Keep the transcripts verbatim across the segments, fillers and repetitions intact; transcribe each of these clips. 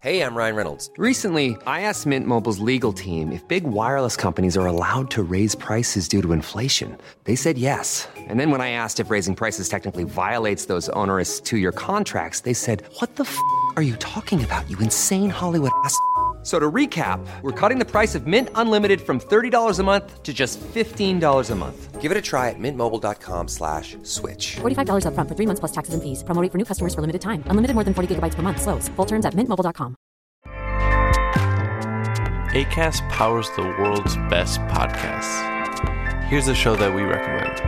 Hey, I'm Ryan Reynolds. Recently, I asked Mint Mobile's legal team if big wireless companies are allowed to raise prices due to inflation. They said yes. And then when I asked if raising prices technically violates those onerous two-year contracts, they said, what the f*** are you talking about, you insane Hollywood ass f- So to recap, we're cutting the price of Mint Unlimited from thirty dollars a month to just fifteen dollars a month. Give it a try at mintmobile.com slash switch. forty-five dollars up front for three months plus taxes and fees. Promo rate for new customers for limited time. Unlimited more than forty gigabytes per month. Slows full terms at mint mobile dot com. Acast powers the world's best podcasts. Here's a show that we recommend.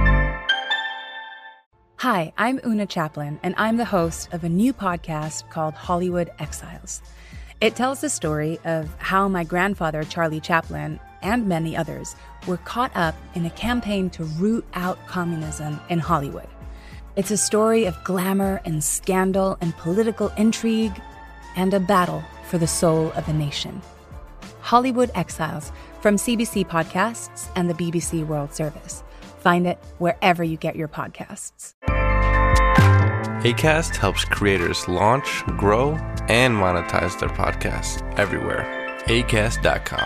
Hi, I'm Una Chaplin, and I'm the host of a new podcast called Hollywood Exiles. It tells the story of how my grandfather, Charlie Chaplin, and many others were caught up in a campaign to root out communism in Hollywood. It's a story of glamour and scandal and political intrigue and a battle for the soul of a nation. Hollywood Exiles from C B C Podcasts and the B B C World Service. Find it wherever you get your podcasts. Acast helps creators launch, grow, and monetize their podcasts everywhere. acast dot com.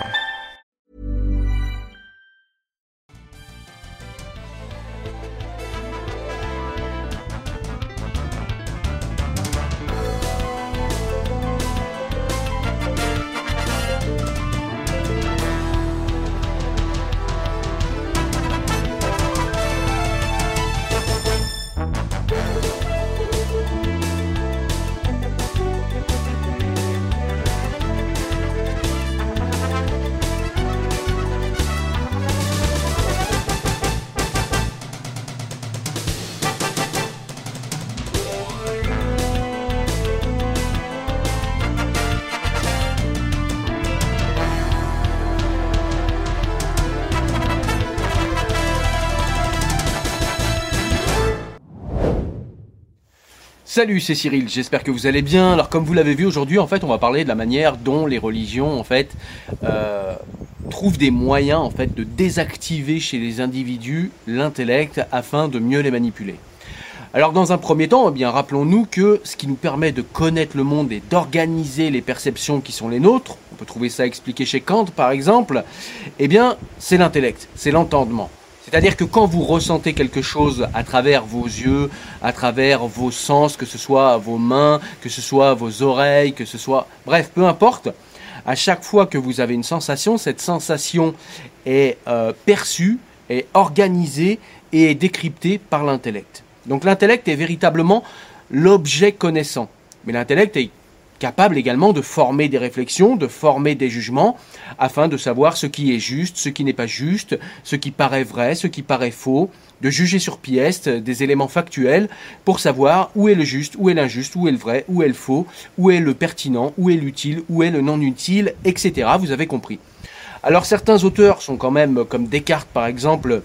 Salut, c'est Cyril, j'espère que vous allez bien. Alors comme vous l'avez vu aujourd'hui, en fait, on va parler de la manière dont les religions, en fait, euh, trouvent des moyens, en fait, de désactiver chez les individus l'intellect afin de mieux les manipuler. Alors dans un premier temps, eh bien, rappelons-nous que ce qui nous permet de connaître le monde et d'organiser les perceptions qui sont les nôtres, on peut trouver ça expliqué chez Kant par exemple, eh bien, c'est l'intellect, c'est l'entendement. C'est-à-dire que quand vous ressentez quelque chose à travers vos yeux, à travers vos sens, que ce soit vos mains, que ce soit vos oreilles, que ce soit... Bref, peu importe, à chaque fois que vous avez une sensation, cette sensation est euh, perçue, est organisée et est décryptée par l'intellect. Donc l'intellect est véritablement l'objet connaissant. Mais l'intellect est capable également de former des réflexions, de former des jugements, afin de savoir ce qui est juste, ce qui n'est pas juste, ce qui paraît vrai, ce qui paraît faux, de juger sur pièce des éléments factuels pour savoir où est le juste, où est l'injuste, où est le vrai, où est le faux, où est le pertinent, où est l'utile, où est le non-utile, et cetera. Vous avez compris. Alors certains auteurs sont quand même, comme Descartes par exemple,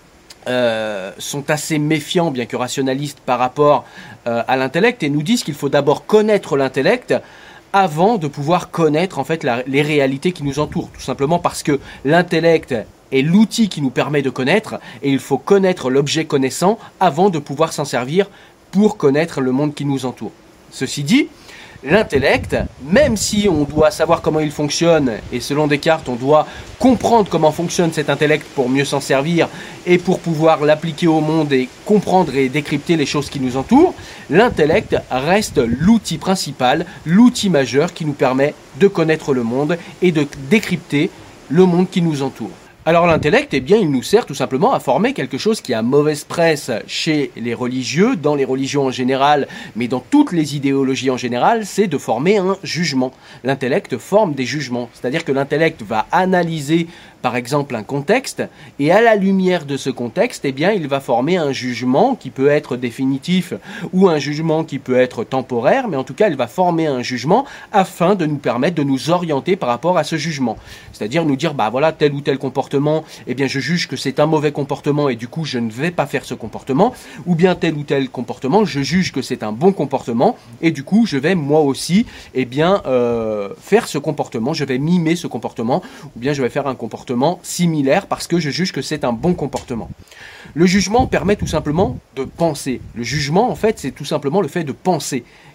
Euh, sont assez méfiants, bien que rationalistes, par rapport euh, à l'intellect, et nous disent qu'il faut d'abord connaître l'intellect avant de pouvoir connaître en fait la, les réalités qui nous entourent, tout simplement parce que l'intellect est l'outil qui nous permet de connaître, et il faut connaître l'objet connaissant avant de pouvoir s'en servir pour connaître le monde qui nous entoure. Ceci dit, l'intellect, même si on doit savoir comment il fonctionne, et selon Descartes, on doit comprendre comment fonctionne cet intellect pour mieux s'en servir et pour pouvoir l'appliquer au monde et comprendre et décrypter les choses qui nous entourent, l'intellect reste l'outil principal, l'outil majeur qui nous permet de connaître le monde et de décrypter le monde qui nous entoure. Alors l'intellect, eh bien, il nous sert tout simplement à former quelque chose qui a mauvaise presse chez les religieux, dans les religions en général, mais dans toutes les idéologies en général, c'est de former un jugement. L'intellect forme des jugements, c'est-à-dire que l'intellect va analyser par exemple un contexte, et à la lumière de ce contexte, eh bien, il va former un jugement qui peut être définitif ou un jugement qui peut être temporaire, mais en tout cas, il va former un jugement afin de nous permettre de nous orienter par rapport à ce jugement. C'est-à-dire nous dire, bah voilà, tel ou tel comportement, eh bien, je juge que c'est un mauvais comportement et du coup, je ne vais pas faire ce comportement, ou bien tel ou tel comportement, je juge que c'est un bon comportement et du coup, je vais moi aussi, eh bien, euh, faire ce comportement, je vais mimer ce comportement, ou bien je vais faire un comportement similaire parce que je juge que c'est un bon comportement. Le jugement permet tout simplement de penser. Le jugement, en fait, c'est tout simplement le fait de penser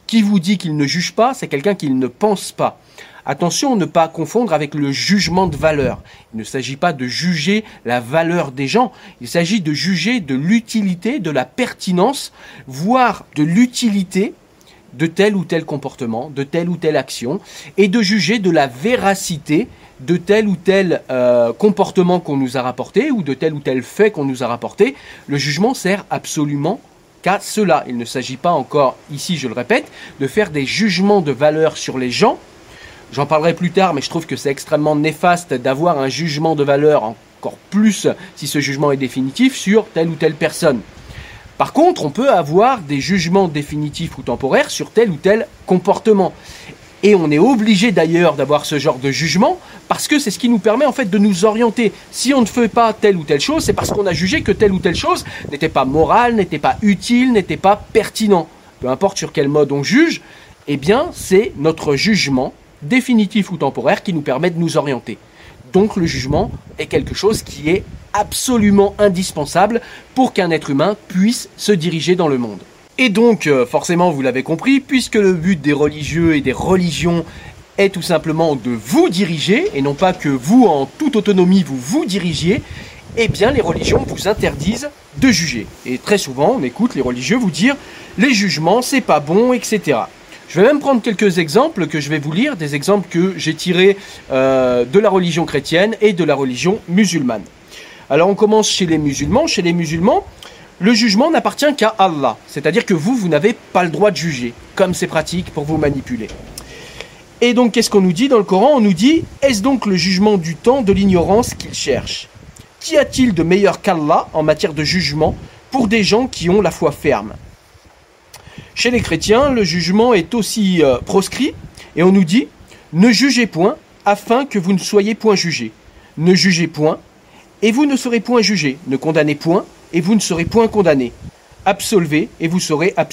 Qui vous dit qu'il ne juge pas, c'est quelqu'un qui ne pense pas. Attention, ne pas confondre avec le jugement de valeur. Il ne s'agit pas de juger la valeur des gens, il s'agit de juger de l'utilité, de la pertinence, voire de l'utilité de tel ou tel comportement, de telle ou telle action, et de juger de la véracité de tel ou tel euh, comportement qu'on nous a rapporté, ou de tel ou tel fait qu'on nous a rapporté. Le jugement sert absolument qu'à cela. Il ne s'agit pas encore, ici je le répète, de faire des jugements de valeur sur les gens. J'en parlerai plus tard, mais je trouve que c'est extrêmement néfaste d'avoir un jugement de valeur, encore plus si ce jugement est définitif, sur telle ou telle personne. Par contre, on peut avoir des jugements définitifs ou temporaires sur tel ou tel comportement. Et on est obligé d'ailleurs d'avoir ce genre de jugement parce que c'est ce qui nous permet en fait de nous orienter. Si on ne fait pas telle ou telle chose, c'est parce qu'on a jugé que telle ou telle chose n'était pas morale, n'était pas utile, n'était pas pertinent. Peu importe sur quel mode on juge, eh bien c'est notre jugement définitif ou temporaire qui nous permet de nous orienter. Donc le jugement est quelque chose qui est absolument indispensable pour qu'un être humain puisse se diriger dans le monde. Et donc, forcément, vous l'avez compris, puisque le but des religieux et des religions est tout simplement de vous diriger, et non pas que vous, en toute autonomie, vous vous dirigiez, eh bien, les religions vous interdisent de juger. Et très souvent, on écoute les religieux vous dire « les jugements, c'est pas bon, et cetera » Je vais même prendre quelques exemples que je vais vous lire, des exemples que j'ai tirés euh, de la religion chrétienne et de la religion musulmane. Alors, on commence chez les musulmans. Chez les musulmans, le jugement n'appartient qu'à Allah, c'est-à-dire que vous, vous n'avez pas le droit de juger, comme c'est pratique pour vous manipuler. Et donc, qu'est-ce qu'on nous dit dans le Coran? On nous dit « Est-ce donc le jugement du temps de l'ignorance qu'il cherche? Qu'y a-t-il de meilleur qu'Allah en matière de jugement pour des gens qui ont la foi ferme ?» Chez les chrétiens, le jugement est aussi euh, proscrit, et on nous dit « Ne jugez point, afin que vous ne soyez point jugés. Ne jugez point, et vous ne serez point jugés. Ne condamnez point, et vous ne serez point condamnés. Absolvez, et vous serez absous. »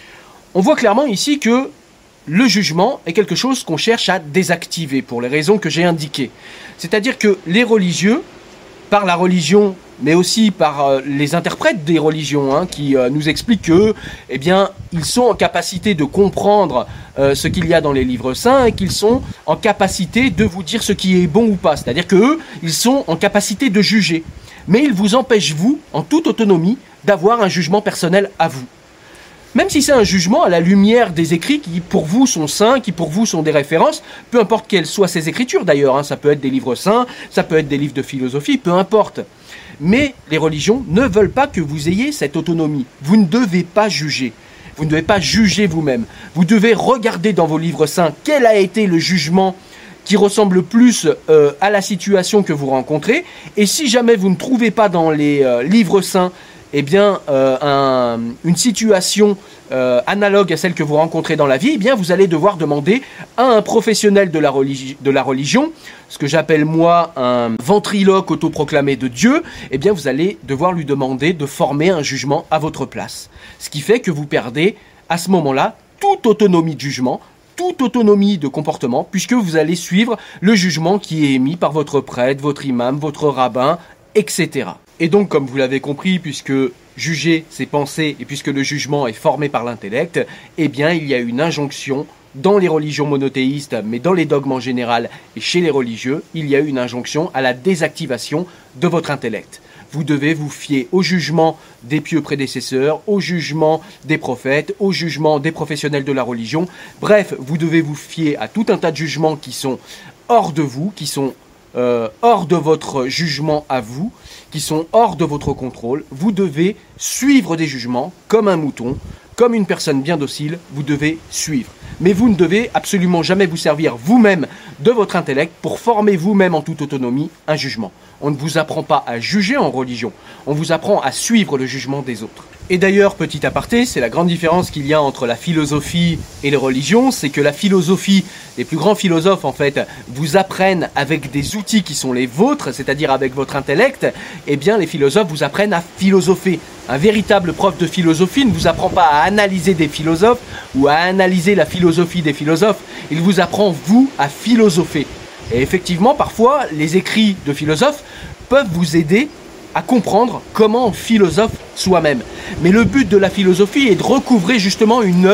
On voit clairement ici que le jugement est quelque chose qu'on cherche à désactiver pour les raisons que j'ai indiquées. C'est-à-dire que les religieux, par la religion, mais aussi par euh, les interprètes des religions, hein, qui euh, nous expliquent que, eh bien, ils sont en capacité de comprendre euh, ce qu'il y a dans les livres saints et qu'ils sont en capacité de vous dire ce qui est bon ou pas. C'est-à-dire qu'eux, ils sont en capacité de juger. Mais ils vous empêchent, vous, en toute autonomie, d'avoir un jugement personnel à vous. Même si c'est un jugement à la lumière des écrits qui pour vous sont saints, qui pour vous sont des références, peu importe quelles soient ces écritures d'ailleurs, hein, ça peut être des livres saints, ça peut être des livres de philosophie, peu importe. Mais les religions ne veulent pas que vous ayez cette autonomie. Vous ne devez pas juger. Vous ne devez pas juger vous-même. Vous devez regarder dans vos livres saints quel a été le jugement qui ressemble plus euh, à la situation que vous rencontrez. Et si jamais vous ne trouvez pas dans les euh, livres saints eh bien, euh, un, une situation euh, analogue à celle que vous rencontrez dans la vie, eh bien, vous allez devoir demander à un professionnel de la, religi- de la religion, ce que j'appelle moi un ventriloque autoproclamé de Dieu, eh bien, vous allez devoir lui demander de former un jugement à votre place. Ce qui fait que vous perdez à ce moment-là toute autonomie de jugement, toute autonomie de comportement, puisque vous allez suivre le jugement qui est émis par votre prêtre, votre imam, votre rabbin, et cetera. Et donc, comme vous l'avez compris, puisque juger, c'est penser, et puisque le jugement est formé par l'intellect, eh bien, il y a une injonction dans les religions monothéistes, mais dans les dogmes en général, et chez les religieux, il y a une injonction à la désactivation de votre intellect. Vous devez vous fier au jugement des pieux prédécesseurs, au jugement des prophètes, au jugement des professionnels de la religion. Bref, vous devez vous fier à tout un tas de jugements qui sont hors de vous, qui sont Euh, hors de votre jugement à vous, qui sont hors de votre contrôle. Vous devez suivre des jugements comme un mouton, comme une personne bien docile, vous devez suivre. Mais vous ne devez absolument jamais vous servir vous-même de votre intellect pour former vous-même en toute autonomie un jugement. On ne vous apprend pas à juger en religion, on vous apprend à suivre le jugement des autres. Et d'ailleurs, petit aparté, c'est la grande différence qu'il y a entre la philosophie et les religions, c'est que la philosophie, les plus grands philosophes en fait, vous apprennent avec des outils qui sont les vôtres, c'est-à-dire avec votre intellect, eh bien les philosophes vous apprennent à philosopher. Un véritable prof de philosophie ne vous apprend pas à analyser des philosophes ou à analyser la philosophie des philosophes, il vous apprend vous à philosopher. Et effectivement, parfois, les écrits de philosophes peuvent vous aider à comprendre comment on philosophe soi-même. Mais le but de la philosophie est de recouvrer justement une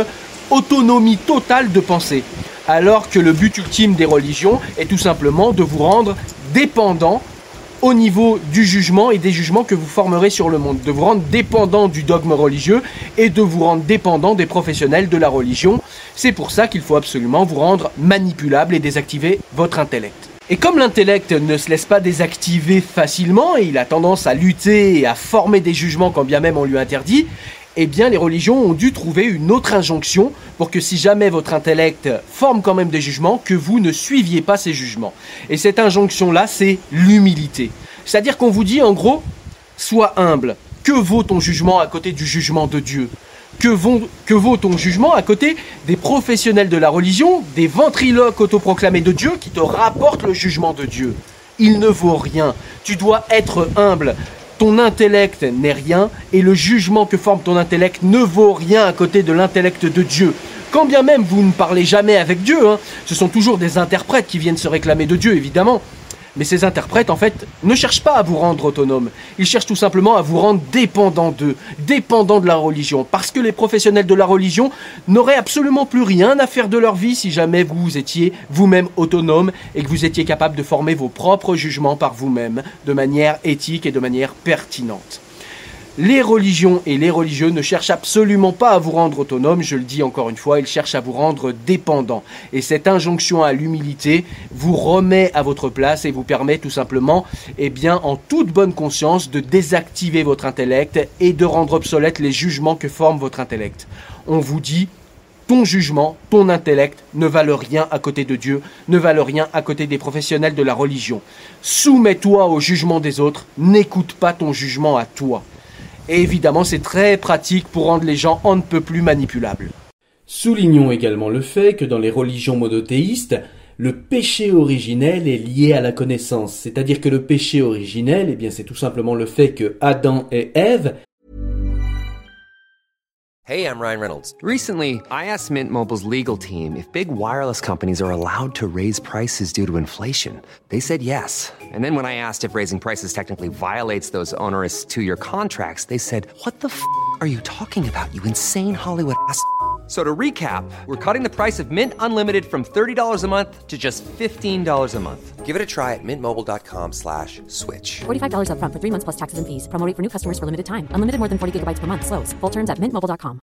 autonomie totale de pensée. Alors que le but ultime des religions est tout simplement de vous rendre dépendant au niveau du jugement et des jugements que vous formerez sur le monde, de vous rendre dépendant du dogme religieux et de vous rendre dépendant des professionnels de la religion. C'est pour ça qu'il faut absolument vous rendre manipulable et désactiver votre intellect. Et comme l'intellect ne se laisse pas désactiver facilement et il a tendance à lutter et à former des jugements quand bien même on lui interdit, eh bien les religions ont dû trouver une autre injonction pour que si jamais votre intellect forme quand même des jugements, que vous ne suiviez pas ces jugements. Et cette injonction-là, c'est l'humilité. C'est-à-dire qu'on vous dit en gros, sois humble. Que vaut ton jugement à côté du jugement de Dieu ? Que vaut, que vaut ton jugement à côté des professionnels de la religion, des ventriloques autoproclamés de Dieu qui te rapportent le jugement de Dieu ? Il ne vaut rien. Tu dois être humble. Ton intellect n'est rien et le jugement que forme ton intellect ne vaut rien à côté de l'intellect de Dieu. Quand bien même vous ne parlez jamais avec Dieu, hein, ce sont toujours des interprètes qui viennent se réclamer de Dieu, évidemment. Mais ces interprètes, en fait, ne cherchent pas à vous rendre autonome. Ils cherchent tout simplement à vous rendre dépendant d'eux, dépendant de la religion. Parce que les professionnels de la religion n'auraient absolument plus rien à faire de leur vie si jamais vous étiez vous-même autonome et que vous étiez capable de former vos propres jugements par vous-même, de manière éthique et de manière pertinente. Les religions et les religieux ne cherchent absolument pas à vous rendre autonome, je le dis encore une fois, ils cherchent à vous rendre dépendant. Et cette injonction à l'humilité vous remet à votre place et vous permet tout simplement, eh bien, en toute bonne conscience, de désactiver votre intellect et de rendre obsolètes les jugements que forme votre intellect. On vous dit, ton jugement, ton intellect ne valent rien à côté de Dieu, ne valent rien à côté des professionnels de la religion. Soumets-toi au jugement des autres, n'écoute pas ton jugement à toi. Et évidemment, c'est très pratique pour rendre les gens on ne peut plus manipulables. Soulignons également le fait que dans les religions monothéistes, le péché originel est lié à la connaissance. C'est-à-dire que le péché originel, eh bien, c'est tout simplement le fait que Adam et Ève. Hey, I'm Ryan Reynolds. Recently, I asked Mint Mobile's legal team if big wireless companies are allowed to raise prices due to inflation. They said yes. And then when I asked if raising prices technically violates those onerous two-year contracts, they said, "What the f*** are you talking about, you insane Hollywood ass?" So to recap, we're cutting the price of Mint Unlimited from thirty dollars a month to just fifteen dollars a month. Give it a try at mintmobile.com slash switch. forty-five dollars up front for three months plus taxes and fees. Promo rate for new customers for limited time. Unlimited more than forty gigabytes per month. Slows full terms at mint mobile dot com.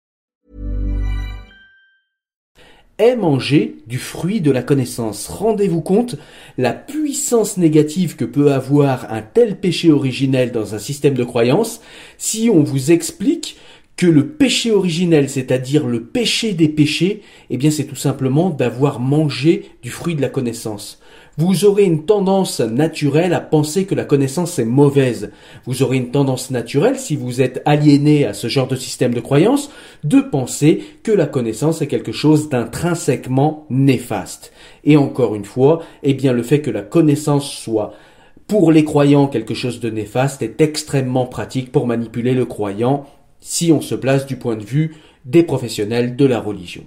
Est manger du fruit de la connaissance. Rendez-vous compte la puissance négative que peut avoir un tel péché originel dans un système de croyance si on vous explique que le péché originel, c'est-à-dire le péché des péchés, eh bien c'est tout simplement d'avoir mangé du fruit de la connaissance. Vous aurez une tendance naturelle à penser que la connaissance est mauvaise. Vous aurez une tendance naturelle, si vous êtes aliéné à ce genre de système de croyance, de penser que la connaissance est quelque chose d'intrinsèquement néfaste. Et encore une fois, eh bien le fait que la connaissance soit pour les croyants quelque chose de néfaste est extrêmement pratique pour manipuler le croyant si on se place du point de vue des professionnels de la religion.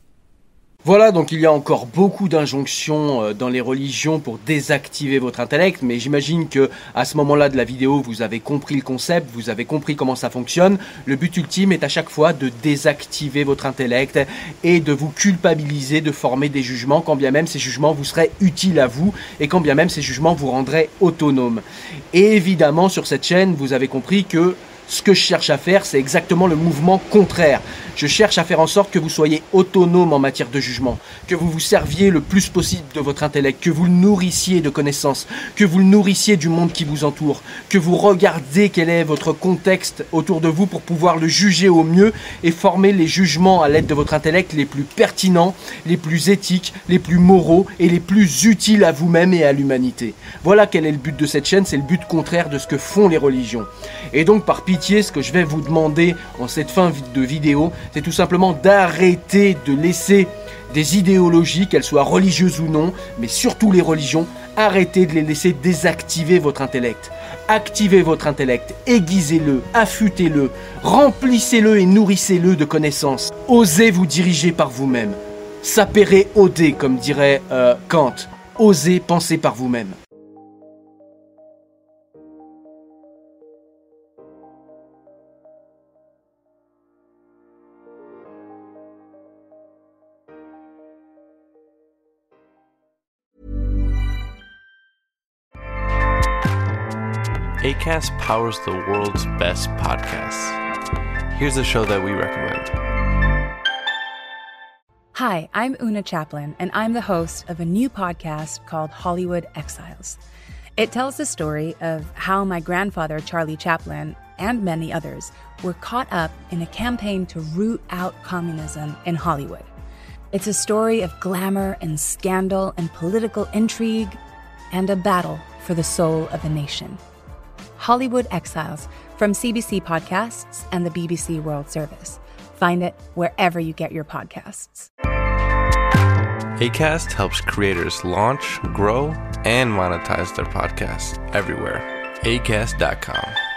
Voilà, donc il y a encore beaucoup d'injonctions dans les religions pour désactiver votre intellect, mais j'imagine que à ce moment-là de la vidéo, vous avez compris le concept, vous avez compris comment ça fonctionne. Le but ultime est à chaque fois de désactiver votre intellect et de vous culpabiliser de former des jugements, quand bien même ces jugements vous seraient utiles à vous et quand bien même ces jugements vous rendraient autonome. Et évidemment, sur cette chaîne, vous avez compris que ce que je cherche à faire, c'est exactement le mouvement contraire. Je cherche à faire en sorte que vous soyez autonome en matière de jugement, que vous vous serviez le plus possible de votre intellect, que vous le nourrissiez de connaissances, que vous le nourrissiez du monde qui vous entoure, que vous regardez quel est votre contexte autour de vous pour pouvoir le juger au mieux et former les jugements à l'aide de votre intellect les plus pertinents, les plus éthiques, les plus moraux et les plus utiles à vous-même et à l'humanité. Voilà quel est le but de cette chaîne, c'est le but contraire de ce que font les religions. Et donc par pitié, ce que je vais vous demander en cette fin de vidéo, c'est tout simplement d'arrêter de laisser des idéologies, qu'elles soient religieuses ou non, mais surtout les religions, arrêtez de les laisser désactiver votre intellect. Activez votre intellect, aiguisez-le, affûtez-le, remplissez-le et nourrissez-le de connaissances. Osez vous diriger par vous-même. Sapere aude, comme dirait euh, Kant. Osez penser par vous-même. Acast powers the world's best podcasts. Here's a show that we recommend. Hi, I'm Una Chaplin, and I'm the host of a new podcast called Hollywood Exiles. It tells the story of how my grandfather, Charlie Chaplin, and many others were caught up in a campaign to root out communism in Hollywood. It's a story of glamour and scandal and political intrigue and a battle for the soul of a nation. Hollywood Exiles from C B C Podcasts and the B B C World Service. Find it wherever you get your podcasts. Acast helps creators launch, grow, and monetize their podcasts everywhere. acast dot com.